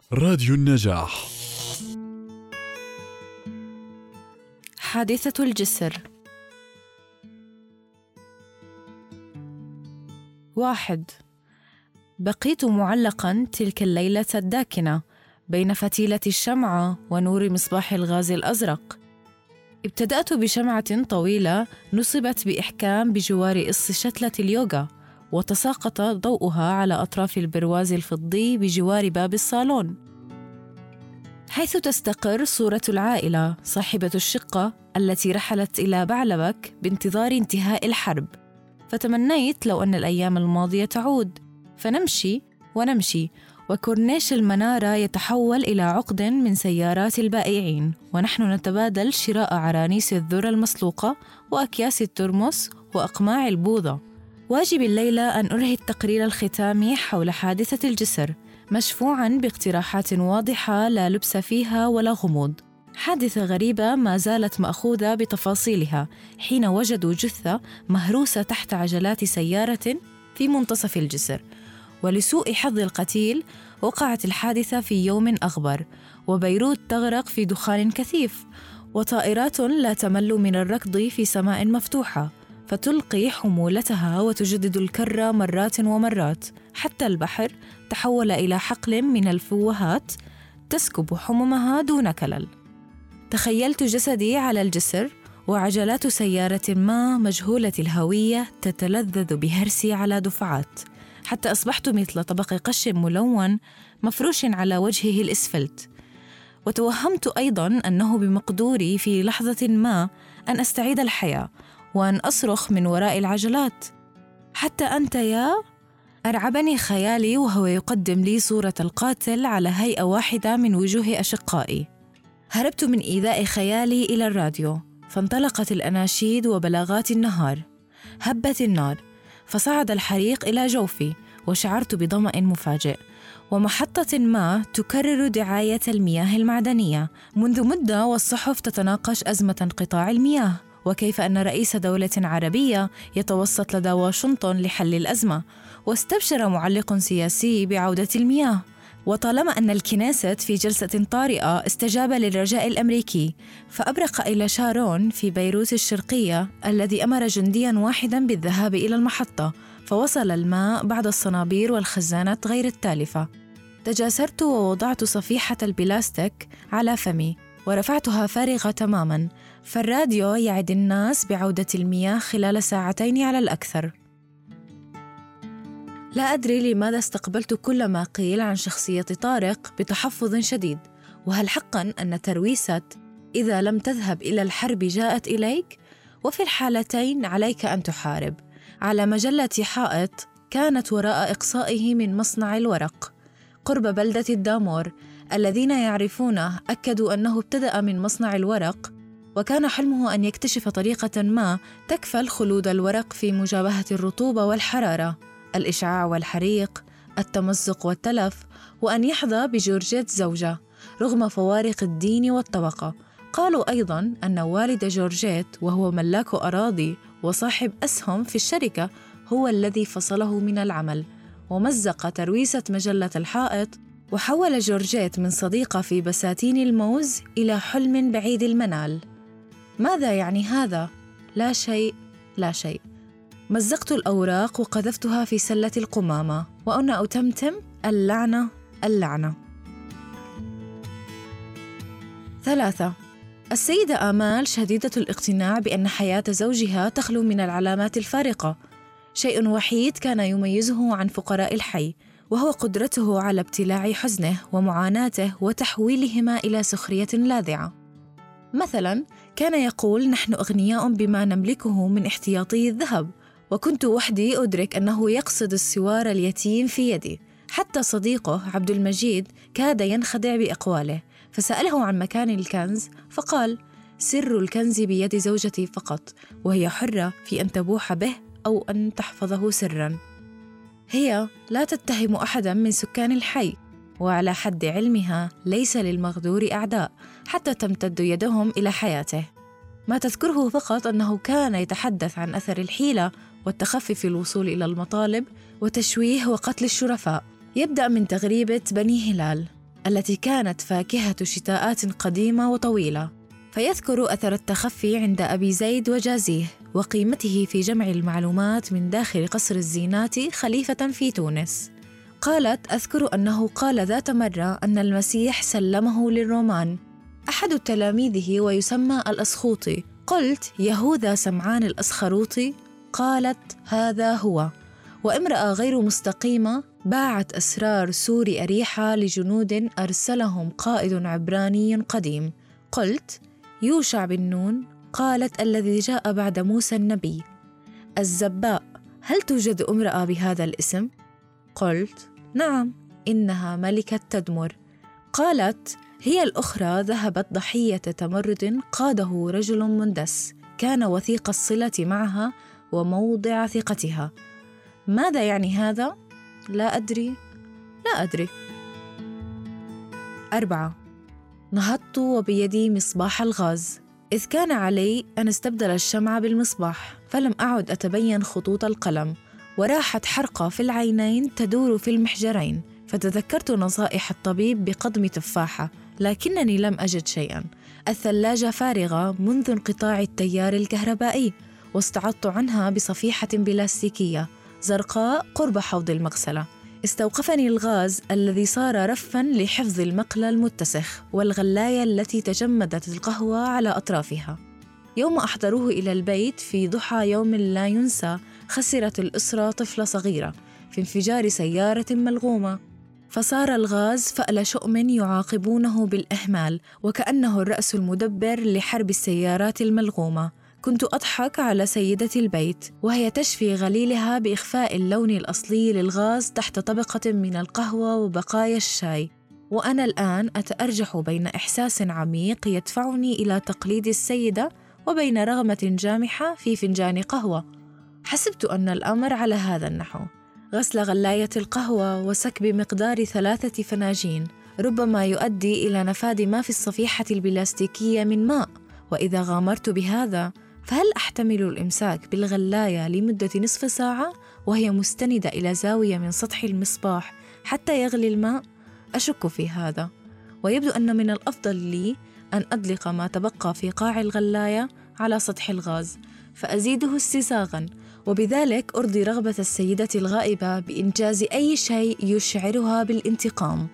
راديو النجاح. حادثة الجسر. 1. بقيت معلقاً تلك الليلة الداكنة بين فتيلة الشمعة ونور مصباح الغاز الأزرق. ابتدأت بشمعة طويلة نصبت بإحكام بجوار قص شتلة اليوغا، وتساقط ضوءها على أطراف البرواز الفضي بجوار باب الصالون، حيث تستقر صورة العائلة صاحبة الشقة التي رحلت إلى بعلبك بانتظار انتهاء الحرب. فتمنيت لو أن الأيام الماضية تعود، فنمشي ونمشي، وكورنيش المنارة يتحول إلى عقد من سيارات البائعين، ونحن نتبادل شراء عرانيس الذرة المسلوقة وأكياس الترمس وأقماع البوظة. واجبي الليلة أن أرهي التقرير الختامي حول حادثة الجسر، مشفوعاً باقتراحات واضحة لا لبس فيها ولا غموض. حادثة غريبة ما زالت مأخوذة بتفاصيلها حين وجدوا جثة مهروسة تحت عجلات سيارة في منتصف الجسر. ولسوء حظ القتيل وقعت الحادثة في يوم أغبر، وبيروت تغرق في دخان كثيف، وطائرات لا تمل من الركض في سماء مفتوحة، فتلقي حمولتها وتجدد الكرة مرات ومرات، حتى البحر تحول إلى حقل من الفوهات تسكب حممها دون كلل. تخيلت جسدي على الجسر، وعجلات سيارة ما مجهولة الهوية تتلذذ بهرسي على دفعات، حتى أصبحت مثل طبق قش ملون مفروش على وجهه الإسفلت. وتوهمت أيضاً أنه بمقدوري في لحظة ما أن أستعيد الحياة وأن أصرخ من وراء العجلات: حتى أنت يا... أرعبني خيالي وهو يقدم لي صورة القاتل على هيئة واحدة من وجوه أشقائي. هربت من إيذاء خيالي إلى الراديو، فانطلقت الأناشيد وبلاغات النهار. هبت النار، فصعد الحريق إلى جوفي، وشعرت بظمأ مفاجئ. ومحطة ما تكرر دعاية المياه المعدنية منذ مدة، والصحف تتناقش أزمة انقطاع المياه، وكيف أن رئيس دولة عربية يتوسط لدى واشنطن لحل الأزمة. واستبشر معلق سياسي بعودة المياه. وطالما أن الكنيست في جلسة طارئة استجاب للرجاء الأمريكي، فأبرق إلى شارون في بيروت الشرقية الذي أمر جندياً واحداً بالذهاب إلى المحطة، فوصل الماء بعد الصنابير والخزانات غير التالفة. تجاسرت ووضعت صفيحة البلاستيك على فمي ورفعتها فارغة تماماً، فالراديو يعد الناس بعودة المياه خلال 2 ساعات على الأكثر. لا أدري لماذا استقبلت كل ما قيل عن شخصية طارق بتحفظ شديد، وهل حقاً أن ترويسة إذا لم تذهب إلى الحرب جاءت إليك؟ وفي الحالتين عليك أن تحارب. على مجلة حائط كانت وراء إقصائه من مصنع الورق قرب بلدة الدامور. الذين يعرفونه أكدوا أنه ابتدأ من مصنع الورق، وكان حلمه أن يكتشف طريقة ما تكفل خلود الورق في مجابهة الرطوبة والحرارة، الإشعاع والحريق، التمزق والتلف، وأن يحظى بجورجيت زوجة رغم فوارق الدين والطبقة. قالوا أيضاً أن والد جورجيت، وهو ملاك أراضي وصاحب أسهم في الشركة، هو الذي فصله من العمل ومزق ترويسة مجلة الحائط، وحول جورجيت من صديقة في بساتين الموز إلى حلم بعيد المنال. ماذا يعني هذا؟ لا شيء، لا شيء. مزقت الأوراق وقذفتها في سلة القمامة، وأنا أتمتم: اللعنة، اللعنة. 3. السيدة آمال شديدة الاقتناع بأن حياة زوجها تخلو من العلامات الفارقة. شيء وحيد كان يميزه عن فقراء الحي، وهو قدرته على ابتلاع حزنه ومعاناته وتحويلهما إلى سخرية لاذعة. مثلاً كان يقول: نحن أغنياء بما نملكه من احتياطي الذهب، وكنت وحدي أدرك أنه يقصد السوار اليتيم في يدي. حتى صديقه عبد المجيد كاد ينخدع بأقواله، فسأله عن مكان الكنز، فقال: سر الكنز بيد زوجتي فقط، وهي حرة في أن تبوح به أو أن تحفظه سراً. هي لا تتهم أحداً من سكان الحي، وعلى حد علمها ليس للمغدور أعداء حتى تمتد يدهم إلى حياته. ما تذكره فقط أنه كان يتحدث عن أثر الحيلة والتخفي في الوصول إلى المطالب وتشويه وقتل الشرفاء. يبدأ من تغريبة بني هلال التي كانت فاكهة شتاءات قديمة وطويلة، فيذكر أثر التخفي عند أبي زيد وجازيه وقيمته في جمع المعلومات من داخل قصر الزينات خليفة في تونس. قالت: أذكر أنه قال ذات مرة أن المسيح سلمه للرومان أحد تلاميذه ويسمى الأسخوطي. قلت: يهوذا سمعان الأسخروطي؟ قالت: هذا هو. وامرأة غير مستقيمة باعت أسرار سور أريحة لجنود أرسلهم قائد عبراني قديم. قلت: يوشع بن نون؟ قالت: الذي جاء بعد موسى النبي. الزباء: هل توجد امرأة بهذا الاسم؟ قلت: نعم، إنها ملكة تدمر. قالت: هي الأخرى ذهبت ضحية تمرد قاده رجل مندس كان وثيق الصلة معها وموضع ثقتها. ماذا يعني هذا؟ لا أدري. 4. نهضت وبيدي مصباح الغاز، إذ كان علي أن استبدل الشمع بالمصباح، فلم أعد أتبين خطوط القلم، وراحت حرقة في العينين تدور في المحجرين، فتذكرت نصائح الطبيب بقضم تفاحة، لكنني لم أجد شيئاً. الثلاجة فارغة منذ انقطاع التيار الكهربائي، واستعضت عنها بصفيحة بلاستيكية زرقاء قرب حوض المغسلة. استوقفني الغاز الذي صار رفاً لحفظ المقلى المتسخ والغلاية التي تجمدت القهوة على أطرافها. يوم أحضروه إلى البيت في ضحى يوم لا ينسى، خسرت الأسرة طفلة صغيرة في انفجار سيارة ملغومة، فصار الغاز فأل شؤم يعاقبونه بالإهمال، وكأنه الرأس المدبر لحرب السيارات الملغومة. كنت أضحك على سيدة البيت وهي تشفي غليلها بإخفاء اللون الأصلي للغاز تحت طبقة من القهوة وبقايا الشاي، وأنا الآن أتأرجح بين إحساس عميق يدفعني إلى تقليد السيدة وبين رغبة جامحة في فنجان قهوة. حسبت أن الأمر على هذا النحو: غسل غلاية القهوة وسكب مقدار 3 فناجين ربما يؤدي إلى نفاذ ما في الصفيحة البلاستيكية من ماء، وإذا غامرت بهذا فهل أحتمل الإمساك بالغلاية لمدة نصف ساعة وهي مستندة إلى زاوية من سطح المصباح حتى يغلي الماء؟ أشك في هذا، ويبدو أن من الأفضل لي أن أدلق ما تبقى في قاع الغلاية على سطح الغاز فأزيده استساغاً، وبذلك أرضي رغبة السيدة الغائبة بإنجاز أي شيء يشعرها بالانتقام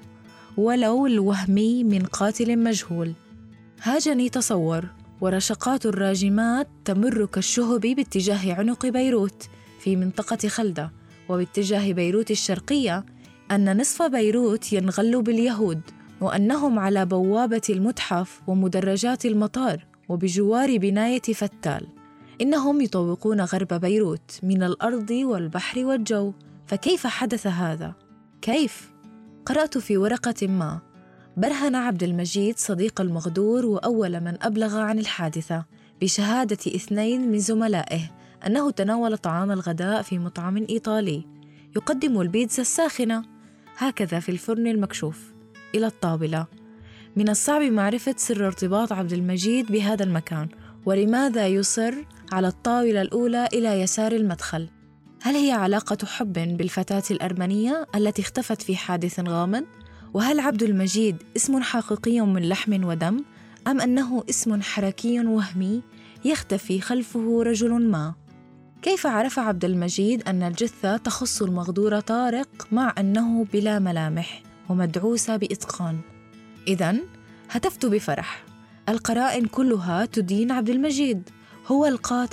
ولو الوهمي من قاتل مجهول. هاجني تصور، ورشقات الراجمات تمر كالشهب باتجاه عنق بيروت في منطقة خلدة، وباتجاه بيروت الشرقية أن نصف بيروت ينغل باليهود، وأنهم على بوابة المتحف ومدرجات المطار وبجوار بناية فتال. إنهم يطوقون غرب بيروت من الأرض والبحر والجو. فكيف حدث هذا؟ كيف؟ قرأت في ورقة ما: برهن عبد المجيد صديق المغدور وأول من أبلغ عن الحادثة بشهادة 2 من زملائه أنه تناول طعام الغداء في مطعم إيطالي يقدم البيتزا الساخنة هكذا في الفرن المكشوف إلى الطاولة. من الصعب معرفة سر ارتباط عبد المجيد بهذا المكان، ولماذا يصر على الطاولة الأولى إلى يسار المدخل. هل هي علاقة حب بالفتاة الأرمنية التي اختفت في حادث غامض؟ وهل عبد المجيد اسم حقيقي من لحم ودم، أم أنه اسم حركي وهمي يختفي خلفه رجل ما؟ كيف عرف عبد المجيد أن الجثة تخص المغدور طارق مع أنه بلا ملامح ومدعوسة بإتقان؟ إذن هتفت بفرح، القرائن كلها تدين عبد المجيد، هو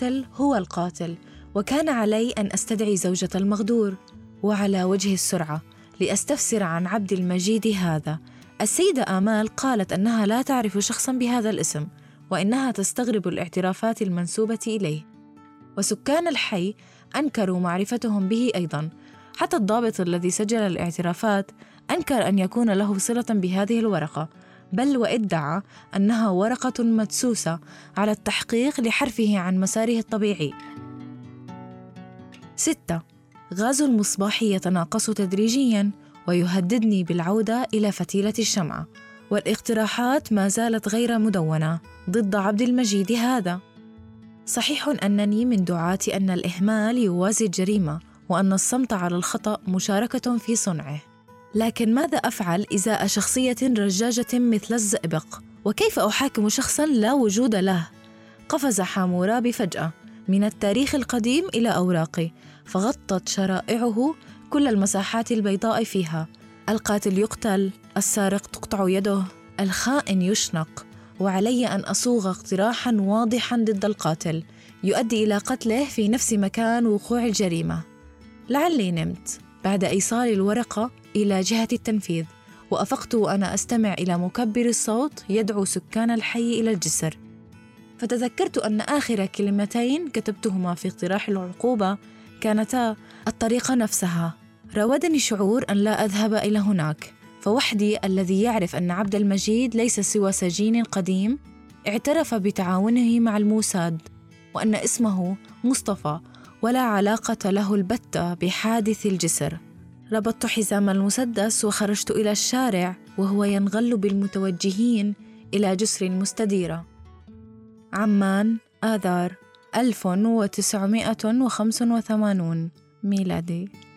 القاتل، وكان علي أن أستدعي زوجة المغدور وعلى وجه السرعة لأستفسر عن عبد المجيد هذا. السيدة آمال قالت أنها لا تعرف شخصاً بهذا الاسم، وإنها تستغرب الاعترافات المنسوبة إليه، وسكان الحي أنكروا معرفتهم به أيضاً. حتى الضابط الذي سجل الاعترافات أنكر أن يكون له صلة بهذه الورقة، بل وادعى أنها ورقة مدسوسة على التحقيق لحرفه عن مساره الطبيعي. 6. غاز المصباح يتناقص تدريجياً ويهددني بالعودة إلى فتيلة الشمعة، والاقتراحات ما زالت غير مدونة ضد عبد المجيد هذا. صحيح أنني من دعاة أن الإهمال يوازي الجريمة، وأن الصمت على الخطأ مشاركة في صنعه، لكن ماذا أفعل إزاء شخصية رجاجة مثل الزئبق؟ وكيف أحاكم شخصاً لا وجود له؟ قفز حامورابي فجأة من التاريخ القديم إلى أوراقي، فغطت شرائعه كل المساحات البيضاء فيها. القاتل يقتل، السارق تقطع يده، الخائن يشنق، وعلي أن أصوغ اقتراحاً واضحاً ضد القاتل يؤدي إلى قتله في نفس مكان وقوع الجريمة. لعلي نمت بعد إيصال الورقة إلى جهة التنفيذ، وأفقت وأنا أستمع إلى مكبر الصوت يدعو سكان الحي إلى الجسر. فتذكرت أن آخر كلمتين كتبتهما في اقتراح العقوبة كانتا الطريقة نفسها. راودني شعور أن لا أذهب إلى هناك، فوحدي الذي يعرف أن عبد المجيد ليس سوى سجين قديم اعترف بتعاونه مع الموساد، وأن اسمه مصطفى ولا علاقة له البتة بحادث الجسر. ربطت حزام المسدس وخرجت إلى الشارع وهو ينغل بالمتوجهين إلى جسر المستديرة. عمان، آذار 1985 ميلادي.